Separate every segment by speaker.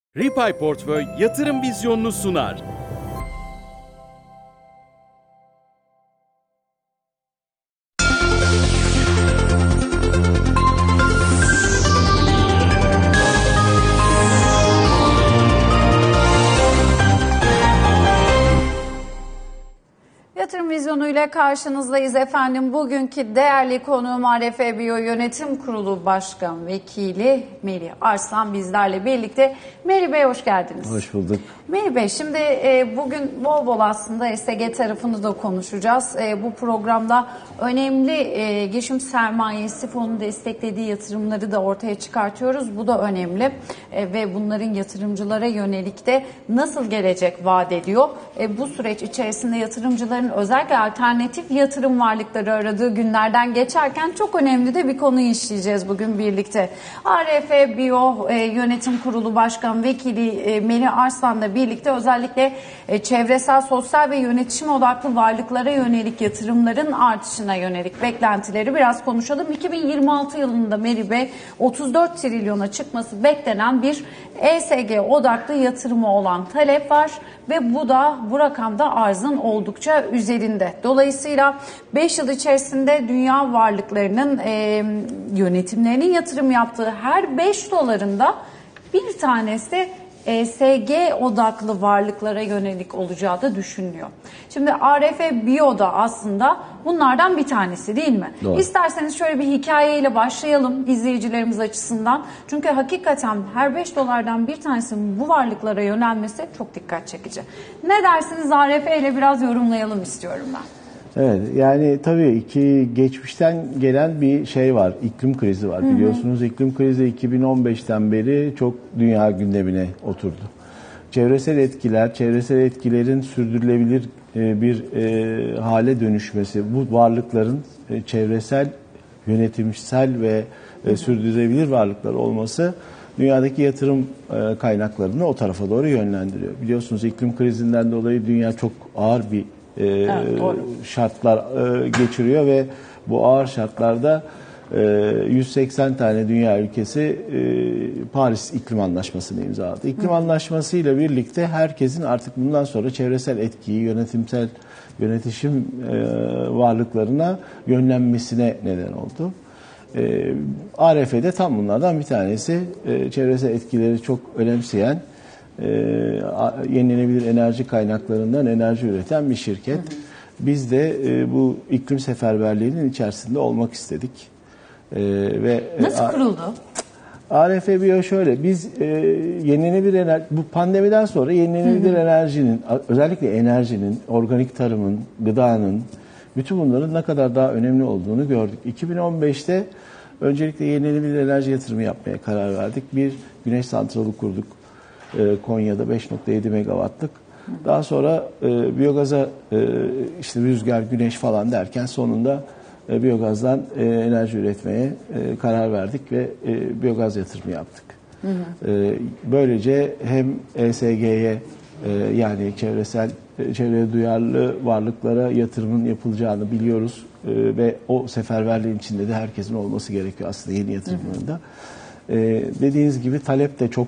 Speaker 1: Ripay Portföy yatırım vizyonunu sunar.
Speaker 2: Yatırım Vizyonu ile karşınızdayız efendim. Bugünkü değerli konuğum ARF Biyo Yönetim Kurulu Başkan Vekili Melih Arslan bizlerle birlikte. Melih Bey hoş geldiniz.
Speaker 3: Hoş bulduk.
Speaker 2: Melih Bey şimdi bugün bol bol aslında SG tarafını da konuşacağız. Bu programda önemli girişim sermayesi fonunu desteklediği yatırımları da ortaya çıkartıyoruz. Bu da önemli ve bunların yatırımcılara yönelik de nasıl gelecek vaat ediyor. Bu süreç içerisinde yatırımcıların özellikle alternatif yatırım varlıkları aradığı günlerden geçerken çok önemli de bir konuyu işleyeceğiz bugün birlikte. ARF Biyo Yönetim Kurulu Başkan Vekili Melih Arslan'la birlikte özellikle çevresel, sosyal ve yönetişim odaklı varlıklara yönelik yatırımların artışına yönelik beklentileri biraz konuşalım. 2026 yılında Melih Bey 34 trilyona çıkması beklenen bir ESG odaklı yatırımı olan talep var ve bu rakamda arzın oldukça üzerinde. Dolayısıyla 5 yıl içerisinde dünya varlıklarının yönetimlerinin yatırım yaptığı her 5 dolarında bir tanesi ESG odaklı varlıklara yönelik olacağı da düşünülüyor. Şimdi ARF Biyo da aslında bunlardan bir tanesi değil mi?
Speaker 3: Doğru.
Speaker 2: İsterseniz şöyle bir hikayeyle başlayalım izleyicilerimiz açısından. Çünkü hakikaten her 5 dolardan bir tanesinin bu varlıklara yönelmesi çok dikkat çekici. Ne dersiniz ARF ile biraz yorumlayalım istiyorum ben.
Speaker 3: Evet, yani tabii ki geçmişten gelen bir şey var, iklim krizi var. Biliyorsunuz iklim krizi 2015'ten beri çok dünya gündemine oturdu. Çevresel etkilerin sürdürülebilir bir hale dönüşmesi, bu varlıkların çevresel, yönetimsel ve sürdürülebilir varlıklar olması dünyadaki yatırım kaynaklarını o tarafa doğru yönlendiriyor. Biliyorsunuz iklim krizinden dolayı dünya çok ağır bir şartlar geçiriyor ve bu ağır şartlarda 180 tane dünya ülkesi Paris İklim Anlaşması'nı imzaladı. İklim Anlaşması ile birlikte herkesin artık bundan sonra çevresel etkiyi yönetişim varlıklarına yönlenmesine neden oldu. ARF'de tam bunlardan bir tanesi. Çevresel etkileri çok önemseyen, yenilenebilir enerji kaynaklarından enerji üreten bir şirket. Biz de bu iklim seferberliğinin içerisinde olmak istedik.
Speaker 2: Nasıl kuruldu?
Speaker 3: ARF Biyo şöyle, biz yenilenebilir enerji, bu pandemiden sonra yenilenebilir enerjinin, özellikle enerjinin, organik tarımın, gıdanın, bütün bunların ne kadar daha önemli olduğunu gördük. 2015'te öncelikle yenilenebilir enerji yatırımı yapmaya karar verdik. Bir güneş santralı kurduk. Konya'da 5.7 megawattlık. Daha sonra biyogaza işte rüzgar, güneş falan derken sonunda biyogazdan enerji üretmeye karar verdik ve biyogaz yatırımı yaptık. Böylece hem ESG'ye yani çevreye duyarlı varlıklara yatırımın yapılacağını biliyoruz ve o seferberliğin içinde de herkesin olması gerekiyor aslında yeni yatırımlarında. Dediğiniz gibi talep de çok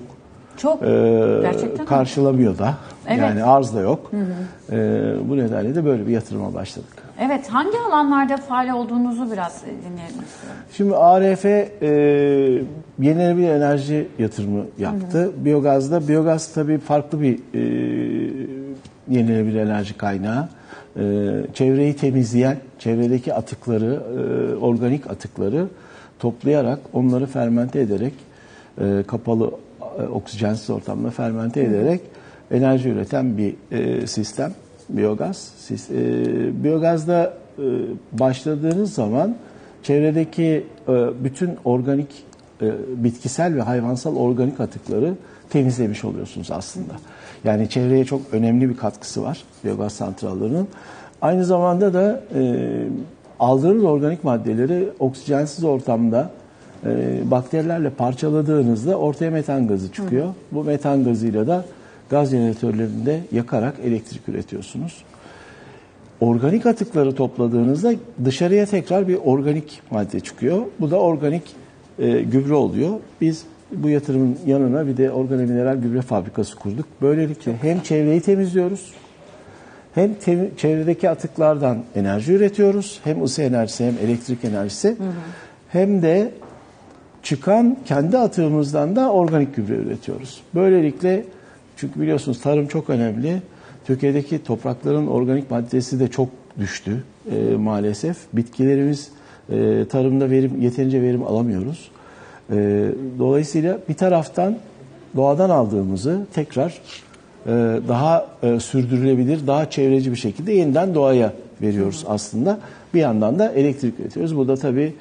Speaker 3: karşılamıyor da. Evet. Yani arz da yok. Bu nedenle de böyle bir yatırıma başladık.
Speaker 2: Evet, hangi alanlarda faal olduğunuzu biraz dinleyelim istiyorum.
Speaker 3: Şimdi ARF yenilenebilir enerji yatırımı yaptı. Biyogaz tabii farklı bir yenilenebilir enerji kaynağı. Çevreyi temizleyen, çevredeki atıkları, organik atıkları toplayarak, onları fermente ederek, kapalı oksijensiz ortamda fermente ederek enerji üreten bir sistem, biyogaz. Biyogazda başladığınız zaman çevredeki bütün organik, bitkisel ve hayvansal organik atıkları temizlemiş oluyorsunuz aslında. Yani çevreye çok önemli bir katkısı var biyogaz santrallerinin. Aynı zamanda da aldığınız organik maddeleri oksijensiz ortamda bakterilerle parçaladığınızda ortaya metan gazı çıkıyor. Bu metan gazıyla da gaz jeneratörlerinde yakarak elektrik üretiyorsunuz. Organik atıkları topladığınızda dışarıya tekrar bir organik madde çıkıyor. Bu da organik gübre oluyor. Biz bu yatırımın yanına bir de organomineral gübre fabrikası kurduk. Böylelikle hem çevreyi temizliyoruz, hem çevredeki atıklardan enerji üretiyoruz. Hem ısı enerjisi hem elektrik enerjisi. Hem de çıkan kendi atığımızdan da organik gübre üretiyoruz. Böylelikle, çünkü biliyorsunuz tarım çok önemli. Türkiye'deki toprakların organik maddesi de çok düştü maalesef. Bitkilerimiz tarımda yeterince verim alamıyoruz. Dolayısıyla bir taraftan doğadan aldığımızı tekrar daha sürdürülebilir, daha çevreci bir şekilde yeniden doğaya veriyoruz aslında. Bir yandan da elektrik üretiyoruz. Bu da tabii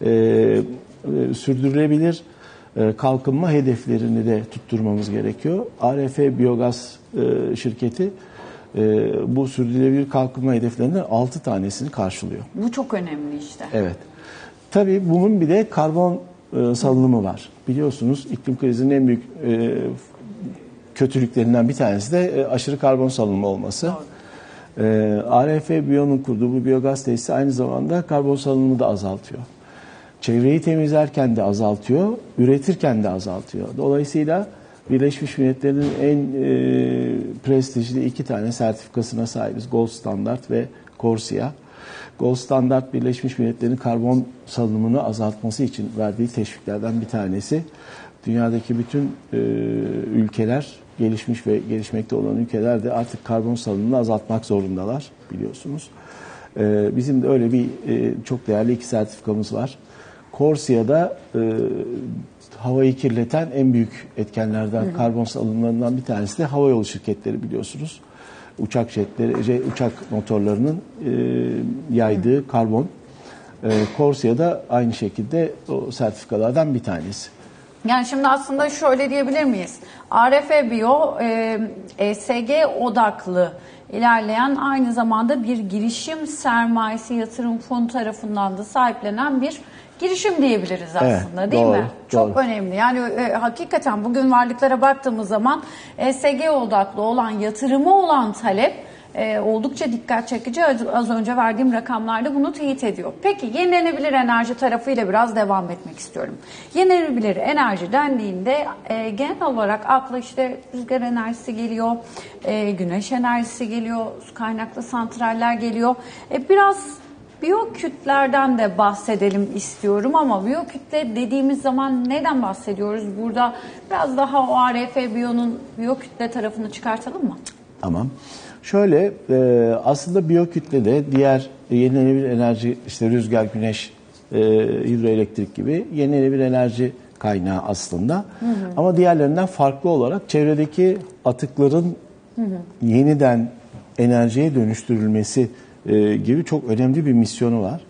Speaker 3: sürdürülebilir kalkınma hedeflerini de tutturmamız gerekiyor. ARF Biyogaz şirketi bu sürdürülebilir kalkınma hedeflerinden 6 tanesini karşılıyor.
Speaker 2: Bu çok önemli işte.
Speaker 3: Evet. Tabii bunun bir de karbon salınımı var. Biliyorsunuz iklim krizinin en büyük kötülüklerinden bir tanesi de aşırı karbon salınımı olması. ARF Bio'nun kurduğu bu biyogaz tesisi aynı zamanda karbon salınımını da azaltıyor. Çevreyi temizlerken de azaltıyor, üretirken de azaltıyor. Dolayısıyla Birleşmiş Milletler'in en prestijli 2 tane sertifikasına sahibiz. Gold Standard ve CORSIA. Gold Standard Birleşmiş Milletler'in karbon salınımını azaltması için verdiği teşviklerden bir tanesi. Dünyadaki bütün ülkeler, gelişmiş ve gelişmekte olan ülkeler de artık karbon salınımını azaltmak zorundalar biliyorsunuz. Bizim de öyle bir çok değerli 2 sertifikamız var. CORSIA'da havayı kirleten en büyük etkenlerden, karbon salınımlarından bir tanesi de havayolu şirketleri biliyorsunuz. Uçak jetleri, uçak motorlarının yaydığı karbon. CORSIA'da aynı şekilde o sertifikalardan bir tanesi.
Speaker 2: Yani şimdi aslında şöyle diyebilir miyiz? ARF Bio, ESG odaklı ilerleyen, aynı zamanda bir girişim sermayesi yatırım fonu tarafından da sahiplenen bir girişim diyebiliriz aslında,
Speaker 3: evet,
Speaker 2: değil
Speaker 3: doğru,
Speaker 2: mi? Çok
Speaker 3: doğru.
Speaker 2: önemli. Yani hakikaten bugün varlıklara baktığımız zaman ESG odaklı olan, yatırımı olan talep oldukça dikkat çekici. Az önce verdiğim rakamlarda bunu teyit ediyor. Peki yenilenebilir enerji tarafıyla biraz devam etmek istiyorum. Yenilenebilir enerji dendiğinde genel olarak akla işte rüzgar enerjisi geliyor, güneş enerjisi geliyor, su kaynaklı santraller geliyor. Biraz biyokütlerden de bahsedelim istiyorum ama biyokütle dediğimiz zaman neden bahsediyoruz? Burada biraz daha o ARF Bio'nun biyokütle tarafını çıkartalım mı?
Speaker 3: Tamam. Şöyle, aslında biyokütle de diğer yenilenebilir enerji, işte rüzgar, güneş, hidroelektrik gibi yenilenebilir enerji kaynağı aslında. Ama diğerlerinden farklı olarak çevredeki atıkların yeniden enerjiye dönüştürülmesi gibi çok önemli bir misyonu var.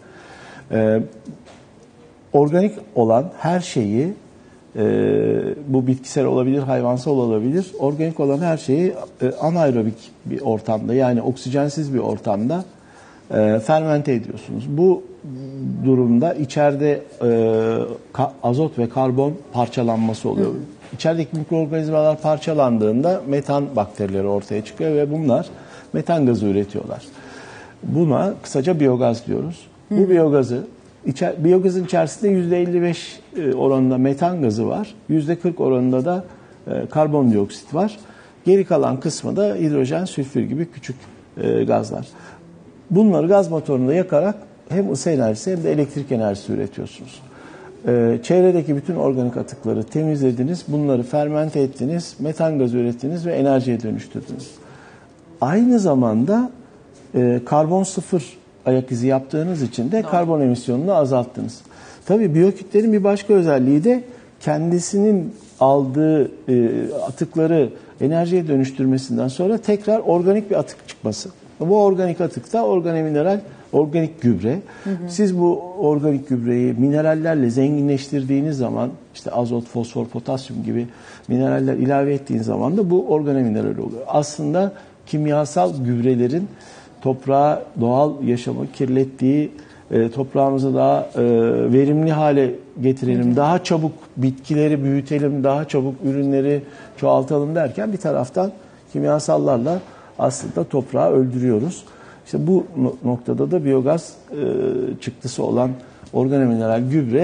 Speaker 3: Organik olan her şeyi, bu bitkisel olabilir, hayvansal olabilir, organik olan her şeyi anaerobik bir ortamda, yani oksijensiz bir ortamda fermente ediyorsunuz. Bu durumda içeride azot ve karbon parçalanması oluyor. İçerideki mikroorganizmalar parçalandığında metan bakterileri ortaya çıkıyor ve bunlar metan gazı üretiyorlar. Buna kısaca biyogaz diyoruz. Bu biyogazın içerisinde %55 oranında metan gazı var. %40 oranında da karbondioksit var. Geri kalan kısmı da hidrojen, sülfür gibi küçük gazlar. Bunları gaz motorunda yakarak hem ısı enerjisi hem de elektrik enerjisi üretiyorsunuz. Çevredeki bütün organik atıkları temizlediniz, bunları fermente ettiniz, metan gazı ürettiniz ve enerjiye dönüştürdünüz. Aynı zamanda karbon sıfır ayak izi yaptığınız için de karbon emisyonunu azalttınız. Tabii biyokütlerin bir başka özelliği de kendisinin aldığı atıkları enerjiye dönüştürmesinden sonra tekrar organik bir atık çıkması. Bu organik atık da organomineral, organik gübre. Siz bu organik gübreyi minerallerle zenginleştirdiğiniz zaman, işte azot, fosfor, potasyum gibi mineraller ilave ettiğiniz zaman da bu organomineral oluyor. Aslında kimyasal gübrelerin toprağa, doğal yaşamı kirlettiği, toprağımızı daha verimli hale getirelim, daha çabuk bitkileri büyütelim, daha çabuk ürünleri çoğaltalım derken bir taraftan kimyasallarla aslında toprağı öldürüyoruz. İşte bu noktada da biyogaz çıktısı olan organomineral gübre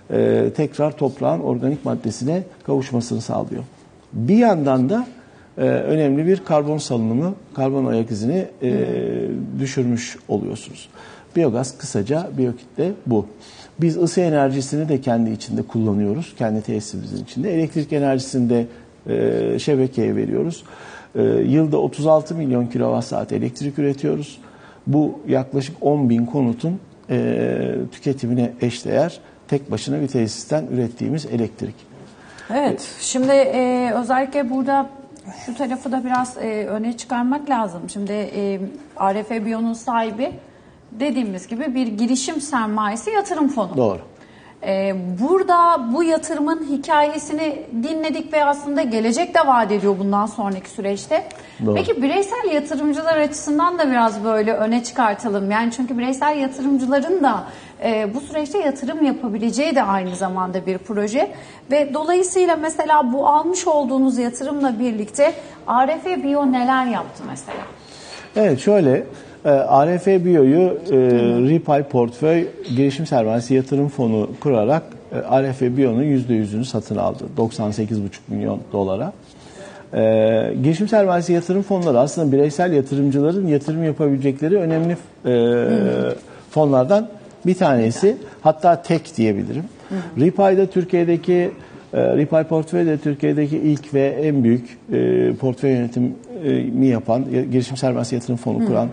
Speaker 3: tekrar toprağın organik maddesine kavuşmasını sağlıyor. Bir yandan da önemli bir karbon salınımı, karbon ayak izini düşürmüş oluyorsunuz. Biyogaz kısaca biyokütle bu. Biz ısı enerjisini de kendi içinde kullanıyoruz. Kendi tesisimizin içinde. Elektrik enerjisini de şebekeye veriyoruz. Yılda 36 milyon kilowatt-saat elektrik üretiyoruz. Bu yaklaşık 10 bin konutun tüketimine eşdeğer tek başına bir tesisten ürettiğimiz elektrik.
Speaker 2: Evet, şimdi özellikle burada şu tarafı da biraz öne çıkarmak lazım. Şimdi ARF Bio'nun sahibi dediğimiz gibi bir girişim sermayesi yatırım fonu.
Speaker 3: Doğru.
Speaker 2: Burada bu yatırımın hikayesini dinledik ve aslında gelecek de vaat ediyor bundan sonraki süreçte.
Speaker 3: Doğru.
Speaker 2: Peki bireysel yatırımcılar açısından da biraz böyle öne çıkartalım. Yani çünkü bireysel yatırımcıların da bu süreçte yatırım yapabileceği de aynı zamanda bir proje. Ve dolayısıyla mesela bu almış olduğunuz yatırımla birlikte ARF Bio neler yaptı mesela?
Speaker 3: Evet, şöyle ARF Bio'yu Ripay Portföy Girişim Sermayesi Yatırım Fonu kurarak ARF Bio'nun %100'ünü satın aldı. 98,5 milyon dolara. Girişim Sermayesi Yatırım Fonları aslında bireysel yatırımcıların yatırım yapabilecekleri önemli fonlardan bir tanesi. Hatta tek diyebilirim. Ripay'da Türkiye'deki Ripay Portföy'de Türkiye'deki ilk ve en büyük portföy yönetimi yapan, girişim sermayesi yatırım fonu kuran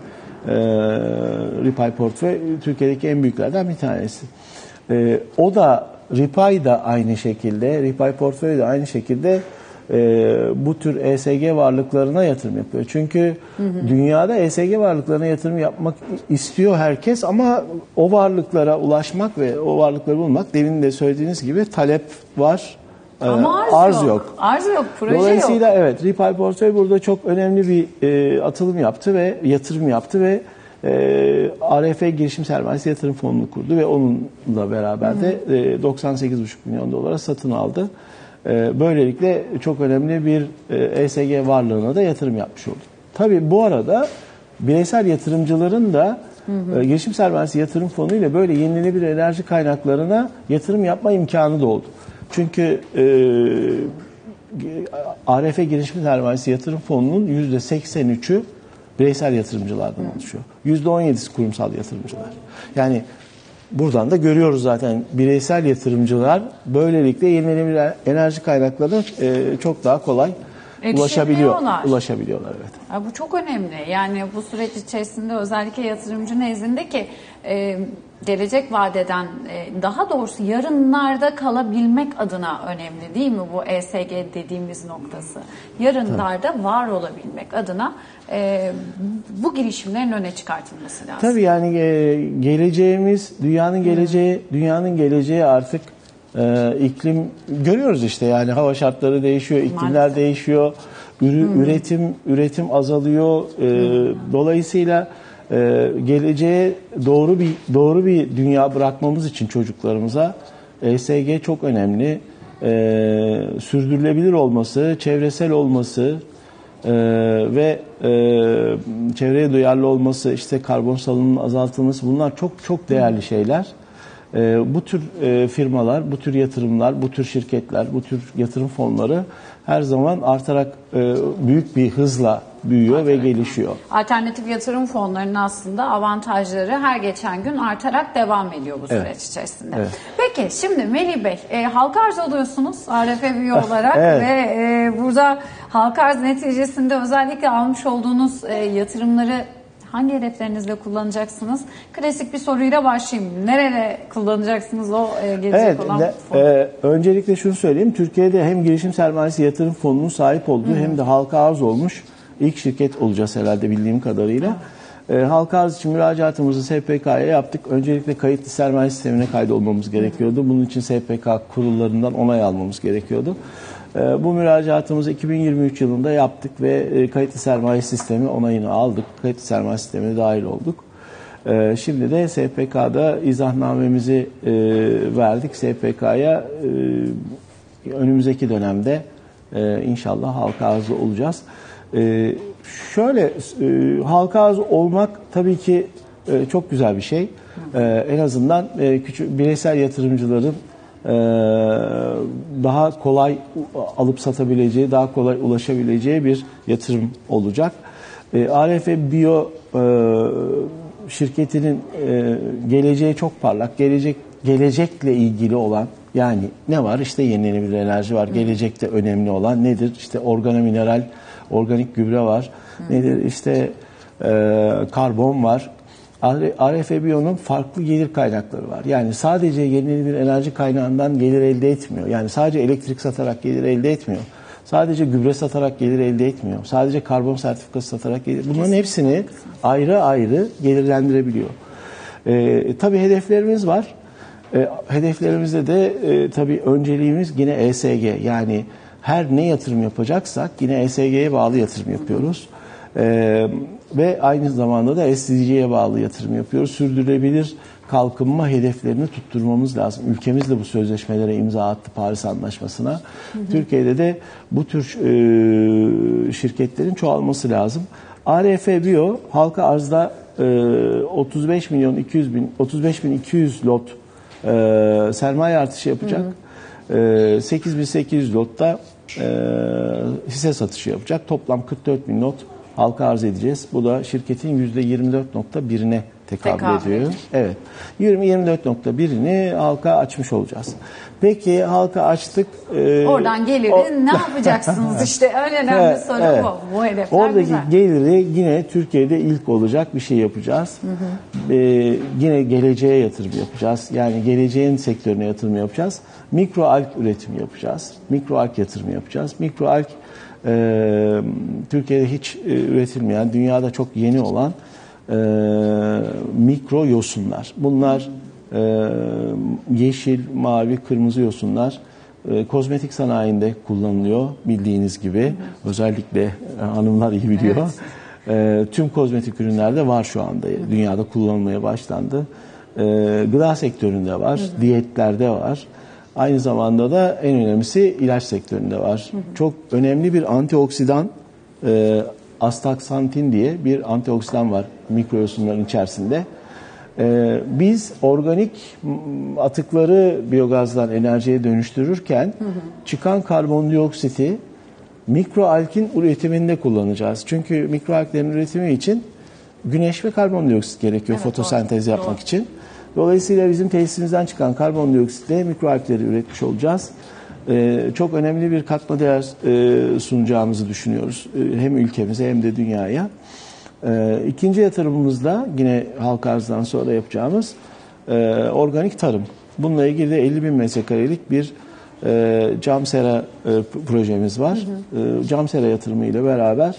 Speaker 3: Ripay Portföy Türkiye'deki en büyüklerden bir tanesi. O da Ripay da aynı şekilde, Ripay Portföy de aynı şekilde bu tür ESG varlıklarına yatırım yapıyor. Çünkü dünyada ESG varlıklarına yatırım yapmak istiyor herkes ama o varlıklara ulaşmak ve o varlıkları bulmak, demin de söylediğiniz gibi talep var.
Speaker 2: Ama arz yok. Arz yok, proje
Speaker 3: Dolayısıyla
Speaker 2: yok.
Speaker 3: evet, Ripay Portföy burada çok önemli bir atılım yaptı ve yatırım yaptı ve ARF Girişim Sermayesi Yatırım Fonu'nu kurdu ve onunla beraber de 98,5 milyon dolara satın aldı. Böylelikle çok önemli bir ESG varlığına da yatırım yapmış oldu. Tabii bu arada bireysel yatırımcıların da Girişim Sermayesi Yatırım Fonu ile böyle yenilenebilir enerji kaynaklarına yatırım yapma imkanı da oldu. Çünkü ARF Girişim Sermayesi Yatırım Fonu'nun %83'ü bireysel yatırımcılardan oluşuyor. %17'si kurumsal yatırımcılar. Yani buradan da görüyoruz zaten, bireysel yatırımcılar böylelikle yenilenebilir enerji kaynaklarına çok daha kolay ulaşabiliyorlar. Evet.
Speaker 2: Bu çok önemli. Yani bu süreç içerisinde özellikle yatırımcı nezdindeki gelecek vadeden, daha doğrusu yarınlarda kalabilmek adına önemli değil mi bu ESG dediğimiz noktası? Yarınlarda var olabilmek adına bu girişimlerin öne çıkartılması lazım.
Speaker 3: Tabii yani geleceğimiz, dünyanın geleceği artık iklim, görüyoruz işte, yani hava şartları değişiyor, iklimler değişiyor, üretim azalıyor. Dolayısıyla geleceğe doğru bir dünya bırakmamız için çocuklarımıza ESG çok önemli. Sürdürülebilir olması, çevresel olması ve çevreye duyarlı olması, işte karbon salınımının azaltılması, bunlar çok çok değerli şeyler. Bu tür firmalar, bu tür yatırımlar, bu tür şirketler, bu tür yatırım fonları her zaman artarak büyük bir hızla büyüyor ve gelişiyor.
Speaker 2: Alternatif yatırım fonlarının aslında avantajları her geçen gün artarak devam ediyor bu süreç içerisinde.
Speaker 3: Evet.
Speaker 2: Peki şimdi Melih Bey, halka arz alıyorsunuz ARF Bio olarak
Speaker 3: Evet.
Speaker 2: ve burada halka arz neticesinde özellikle almış olduğunuz yatırımları hangi hedeflerinizle kullanacaksınız? Klasik bir soruyla başlayayım. Nerede kullanacaksınız o gelecek olan fonu?
Speaker 3: Öncelikle şunu söyleyeyim. Türkiye'de hem girişim sermayesi yatırım fonunun sahip olduğu hem de halka arz olmuş ilk şirket olacağız herhalde bildiğim kadarıyla. Halka arz için müracaatımızı SPK'ya yaptık. Öncelikle kayıtlı sermaye sistemine kaydolmamız gerekiyordu. Bunun için SPK kurullarından onay almamız gerekiyordu. Bu müracaatımızı 2023 yılında yaptık ve kayıtlı sermaye sistemi onayını aldık. Kayıtlı sermaye sistemine dahil olduk. Şimdi de SPK'da izahnamemizi verdik SPK'ya. Önümüzdeki dönemde inşallah halka arzı olacağız. Şöyle, halka arz olmak tabii ki çok güzel bir şey. En azından küçük bireysel yatırımcıların daha kolay alıp satabileceği, daha kolay ulaşabileceği bir yatırım olacak. ARF Bio şirketinin geleceği çok parlak. Gelecekle ilgili olan, yani ne var? İşte yenilenebilir enerji var. Gelecekte önemli olan nedir? İşte organomineral, organik gübre var. Nedir? İşte karbon var. ARF Bio'nun farklı gelir kaynakları var. Yani sadece yenilenebilir enerji kaynağından gelir elde etmiyor. Yani sadece elektrik satarak gelir elde etmiyor. Sadece gübre satarak gelir elde etmiyor. Sadece karbon sertifikası satarak gelir. Bunların hepsini ayrı ayrı gelirlendirebiliyor. Tabii hedeflerimiz var. Hedeflerimizde de tabii önceliğimiz yine ESG. Yani her ne yatırım yapacaksak yine ESG'ye bağlı yatırım yapıyoruz. Ve aynı zamanda da SDG'ye bağlı yatırım yapıyoruz. Sürdürülebilir kalkınma hedeflerini tutturmamız lazım. Ülkemiz de bu sözleşmelere imza attı, Paris Anlaşması'na. Türkiye'de de bu tür şirketlerin çoğalması lazım. ARF Bio halka arzda 35.200 lot sermaye artışı yapacak. 8.800 lotta hisse satışı yapacak. Toplam 44.000 lot halka arz edeceğiz. Bu da şirketin %24.1'ine tekabül ediyor. Evet. 24.1'ini halka açmış olacağız. Peki halka açtık.
Speaker 2: Oradan geliri ne yapacaksınız işte? En önemli soru bu. Bu hedefler
Speaker 3: oradaki
Speaker 2: güzel.
Speaker 3: geliri yine Türkiye'de ilk olacak bir şey yapacağız. Yine geleceğe yatırım yapacağız. Yani geleceğin sektörüne yatırım yapacağız. Mikroalg üretimi yapacağız. Mikroalg yatırımı yapacağız. Mikroalg Türkiye'de hiç üretilmeyen, dünyada çok yeni olan mikro yosunlar. Bunlar yeşil, mavi, kırmızı yosunlar kozmetik sanayinde kullanılıyor bildiğiniz gibi. Özellikle hanımlar iyi biliyor. Evet. Tüm kozmetik ürünlerde var şu anda. Dünyada kullanılmaya başlandı. Gıda sektöründe var, diyetlerde var. Aynı zamanda da en önemlisi ilaç sektöründe var. Çok önemli bir antioksidan, astaksantin diye bir antioksidan var mikroyosunların içerisinde. Biz organik atıkları biyogazdan enerjiye dönüştürürken çıkan karbondioksiti mikroalgin üretiminde kullanacağız. Çünkü mikroalglerin üretimi için güneş ve karbondioksit gerekiyor fotosentez yapmak için. Dolayısıyla bizim tesisimizden çıkan karbondioksitle mikroalgleri üretmiş olacağız. Çok önemli bir katma değer sunacağımızı düşünüyoruz. Hem ülkemize hem de dünyaya. İkinci yatırımımız da yine halka arzdan sonra yapacağımız organik tarım. Bununla ilgili de 50.000 metrekarelik bir cam sera projemiz var. Cam sera yatırımı ile beraber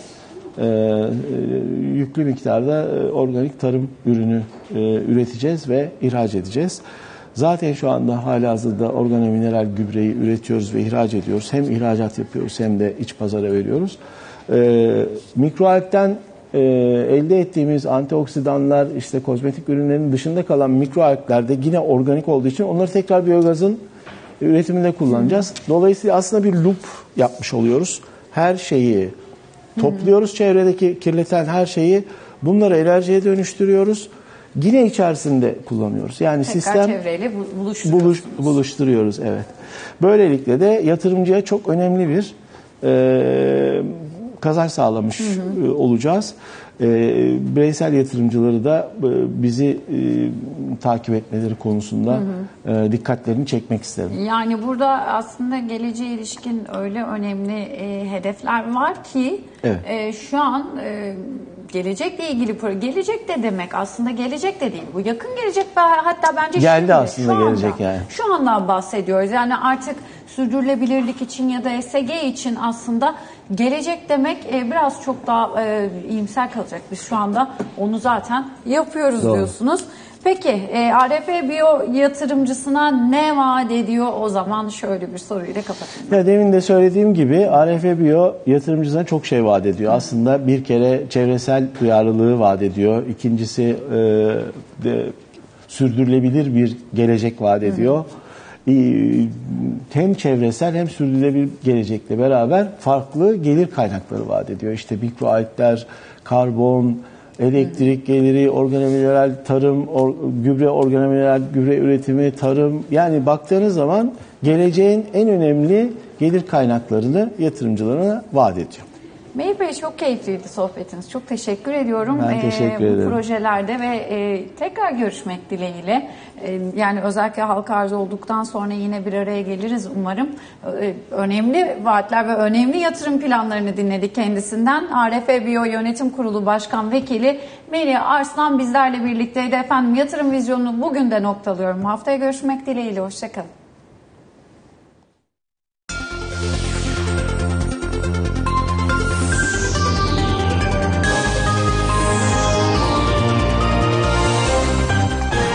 Speaker 3: yüklü miktarda organik tarım ürünü üreteceğiz ve ihraç edeceğiz. Zaten şu anda halihazırda organomineral gübreyi üretiyoruz ve ihraç ediyoruz. Hem ihracat yapıyoruz hem de iç pazara veriyoruz. Mikroalgden elde ettiğimiz antioksidanlar, işte kozmetik ürünlerin dışında kalan mikroalglerde yine organik olduğu için onları tekrar biyogazın üretiminde kullanacağız. Dolayısıyla aslında bir loop yapmış oluyoruz. Her şeyi topluyoruz, çevredeki kirleten her şeyi, bunları enerjiye dönüştürüyoruz. Yine içerisinde kullanıyoruz. Yani
Speaker 2: tekrar
Speaker 3: sistem
Speaker 2: çevreyle buluşturuyoruz.
Speaker 3: Evet. Böylelikle de yatırımcıya çok önemli bir kazanç sağlamış olacağız. Bireysel yatırımcıları da bizi takip etmeleri konusunda dikkatlerini çekmek isterim.
Speaker 2: Yani burada aslında geleceğe ilişkin öyle önemli hedefler var ki evet. Şu an gelecekle ilgili gelecek de demek aslında gelecek de değil. Bu yakın gelecek ve hatta bence
Speaker 3: geldi
Speaker 2: şimdi,
Speaker 3: aslında gelecek yani.
Speaker 2: Şu andan bahsediyoruz. Yani artık sürdürülebilirlik için ya da ESG için aslında gelecek demek biraz çok daha iyimser kalacak. Biz şu anda onu zaten yapıyoruz diyorsunuz. Peki ARF Bio yatırımcısına ne vaat ediyor? O zaman şöyle bir soruyla kapatayım.
Speaker 3: Ya demin de söylediğim gibi ARF Bio yatırımcısına çok şey vaat ediyor. Aslında bir kere çevresel duyarlılığı vaat ediyor. İkincisi sürdürülebilir bir gelecek vaat ediyor. Hem çevresel hem sürdürülebilir gelecekle beraber farklı gelir kaynakları vaat ediyor. İşte mikroalgler, karbon, Elektrik geliri, organomineral tarım, gübre, organomineral gübre üretimi, tarım. Yani baktığınız zaman geleceğin en önemli gelir kaynaklarını yatırımcılarına vaat ediyor.
Speaker 2: Melih Bey, çok keyifliydi sohbetiniz. Çok teşekkür ediyorum.
Speaker 3: Ben teşekkür ederim.
Speaker 2: Bu projelerde ve tekrar görüşmek dileğiyle. Yani özellikle halka arz olduktan sonra yine bir araya geliriz umarım. Önemli vaatler ve önemli yatırım planlarını dinledik kendisinden. ARF Biyo Yönetim Kurulu Başkan Vekili Melih Arslan bizlerle birlikteydi. Efendim, yatırım vizyonunu bugün de noktalıyorum. Haftaya görüşmek dileğiyle. Hoşçakalın.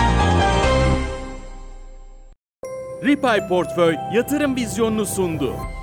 Speaker 1: Ripay Portföy yatırım vizyonunu sundu.